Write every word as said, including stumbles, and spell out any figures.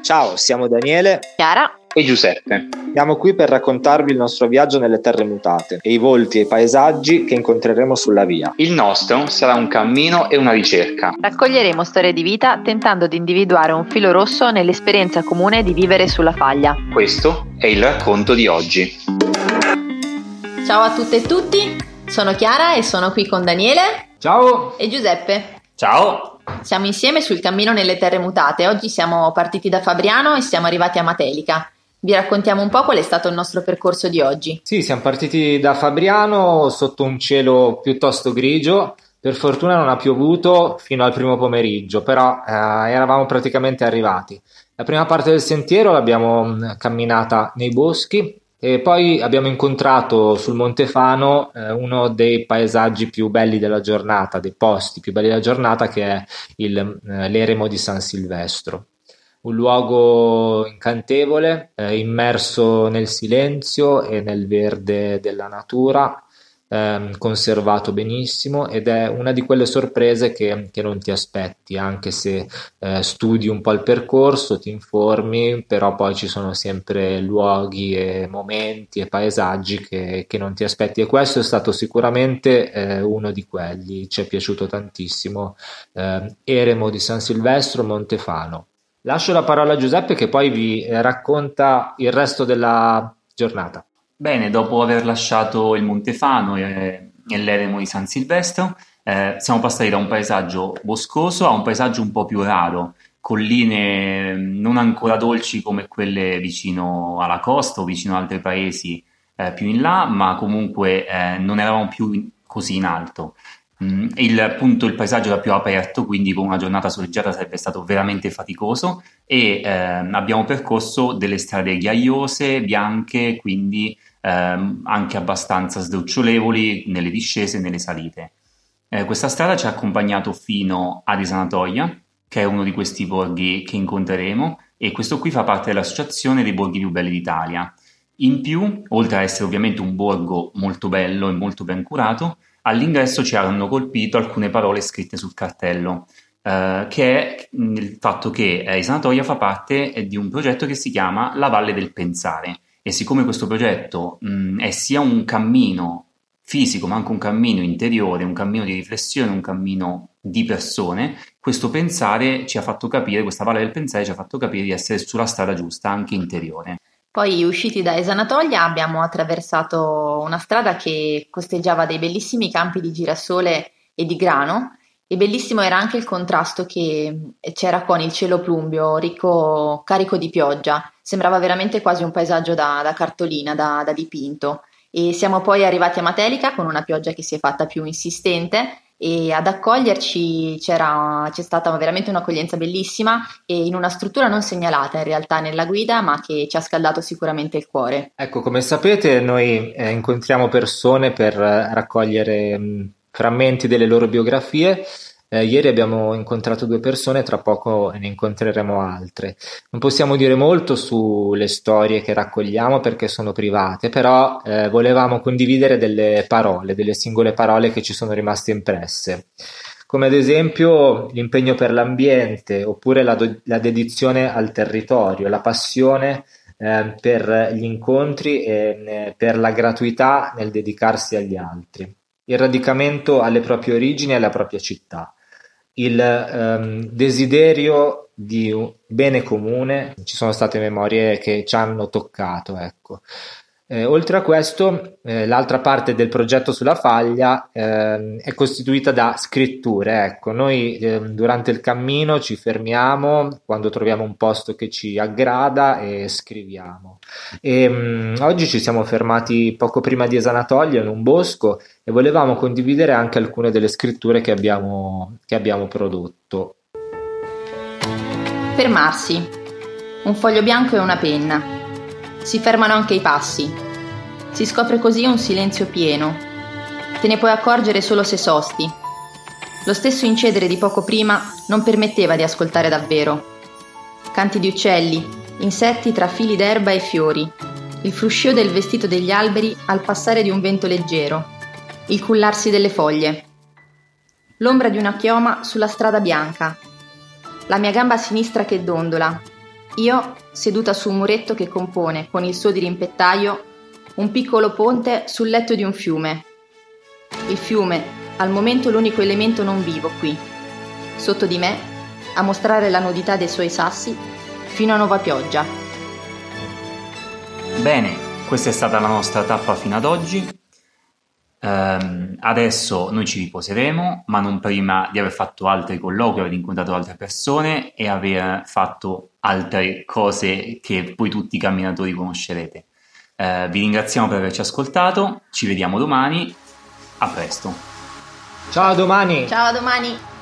Ciao, siamo Daniele, Chiara e Giuseppe. Siamo qui per raccontarvi il nostro viaggio nelle terre mutate e i volti e i paesaggi che incontreremo sulla via. Il nostro sarà un cammino e una ricerca. Raccoglieremo storie di vita tentando di individuare un filo rosso nell'esperienza comune di vivere sulla faglia. Questo è il racconto di oggi. Ciao a tutte e tutti, sono Chiara e sono qui con Daniele. Ciao! E Giuseppe. Ciao! Siamo insieme sul cammino nelle terre mutate. Oggi siamo partiti da Fabriano e siamo arrivati a Matelica. Vi raccontiamo un po' qual è stato il nostro percorso di oggi. Sì, siamo partiti da Fabriano sotto un cielo piuttosto grigio. Per fortuna non ha piovuto fino al primo pomeriggio, però eh, eravamo praticamente arrivati. La prima parte del sentiero l'abbiamo camminata nei boschi e poi abbiamo incontrato sul Monte Fano eh, uno dei paesaggi più belli della giornata, dei posti più belli della giornata, che è il, eh, l'eremo di San Silvestro. Un luogo incantevole, eh, immerso nel silenzio e nel verde della natura, ehm, conservato benissimo, ed è una di quelle sorprese che, che non ti aspetti, anche se eh, studi un po' il percorso, ti informi, però poi ci sono sempre luoghi e momenti e paesaggi che, che non ti aspetti, e questo è stato sicuramente eh, uno di quelli. Ci è piaciuto tantissimo, eh, Eremo di San Silvestro, Monte Fano. Lascio la parola a Giuseppe che poi vi racconta il resto della giornata. Bene, dopo aver lasciato il Monte Fano e, e l'eremo di San Silvestro, eh, siamo passati da un paesaggio boscoso a un paesaggio un po' più raro, colline non ancora dolci come quelle vicino alla costa o vicino ad altri paesi eh, più in là, ma comunque eh, non eravamo più così in alto. Il, appunto, il paesaggio era più aperto, quindi con una giornata soleggiata sarebbe stato veramente faticoso, e eh, abbiamo percorso delle strade ghiaiose, bianche, quindi eh, anche abbastanza sdrucciolevoli nelle discese e nelle salite. Eh, questa strada ci ha accompagnato fino ad Esanatoia, che è uno di questi borghi che incontreremo, e questo qui fa parte dell'associazione dei borghi più belli d'Italia. In più, oltre a essere ovviamente un borgo molto bello e molto ben curato, all'ingresso ci hanno colpito alcune parole scritte sul cartello, eh, che è il fatto che eh, Esanatoia fa parte eh, di un progetto che si chiama La Valle del Pensare, e siccome questo progetto mh, è sia un cammino fisico ma anche un cammino interiore, un cammino di riflessione, un cammino di persone, questo pensare ci ha fatto capire, questa Valle del Pensare ci ha fatto capire di essere sulla strada giusta, anche interiore. Poi, usciti da Esanatoia, abbiamo attraversato una strada che costeggiava dei bellissimi campi di girasole e di grano, e bellissimo era anche il contrasto che c'era con il cielo plumbeo, ricco, carico di pioggia. Sembrava veramente quasi un paesaggio da, da cartolina, da, da dipinto. E siamo poi arrivati a Matelica con una pioggia che si è fatta più insistente, e ad accoglierci c'era, c'è stata veramente un'accoglienza bellissima e in una struttura non segnalata in realtà nella guida, ma che ci ha scaldato sicuramente il cuore. Ecco, come sapete noi eh, incontriamo persone per eh, raccogliere mh, frammenti delle loro biografie. Eh, ieri abbiamo incontrato due persone, tra poco ne incontreremo altre. Non possiamo dire molto sulle storie che raccogliamo perché sono private, però eh, volevamo condividere delle parole, delle singole parole che ci sono rimaste impresse, come ad esempio l'impegno per l'ambiente, oppure la, do- la dedizione al territorio, la passione eh, per gli incontri e eh, per la gratuità nel dedicarsi agli altri, il radicamento alle proprie origini e alla propria città, il ehm, desiderio di un bene comune. Ci sono state memorie che ci hanno toccato, ecco. Eh, oltre a questo, eh, l'altra parte del progetto sulla faglia eh, è costituita da scritture. Ecco, noi eh, durante il cammino ci fermiamo quando troviamo un posto che ci aggrada e scriviamo. E, mh, oggi ci siamo fermati poco prima di Esanatolia in un bosco e volevamo condividere anche alcune delle scritture che abbiamo, che abbiamo prodotto. Fermarsi. Un foglio bianco e una penna. Si fermano anche i passi. Si scopre così un silenzio pieno. Te ne puoi accorgere solo se sosti. Lo stesso incedere di poco prima non permetteva di ascoltare davvero. Canti di uccelli, insetti tra fili d'erba e fiori, il fruscio del vestito degli alberi al passare di un vento leggero, il cullarsi delle foglie. L'ombra di una chioma sulla strada bianca. La mia gamba sinistra che dondola. Io, seduta su un muretto che compone, con il suo dirimpettaio, un piccolo ponte sul letto di un fiume. Il fiume, al momento l'unico elemento non vivo qui. Sotto di me, a mostrare la nudità dei suoi sassi, fino a nuova pioggia. Bene, questa è stata la nostra tappa fino ad oggi. Um, adesso noi ci riposeremo, ma non prima di aver fatto altri colloqui, aver incontrato altre persone e aver fatto altre cose che poi tutti i camminatori conoscerete. Uh, vi ringraziamo per averci ascoltato, ci vediamo domani, a presto. Ciao, a domani! Ciao, a domani!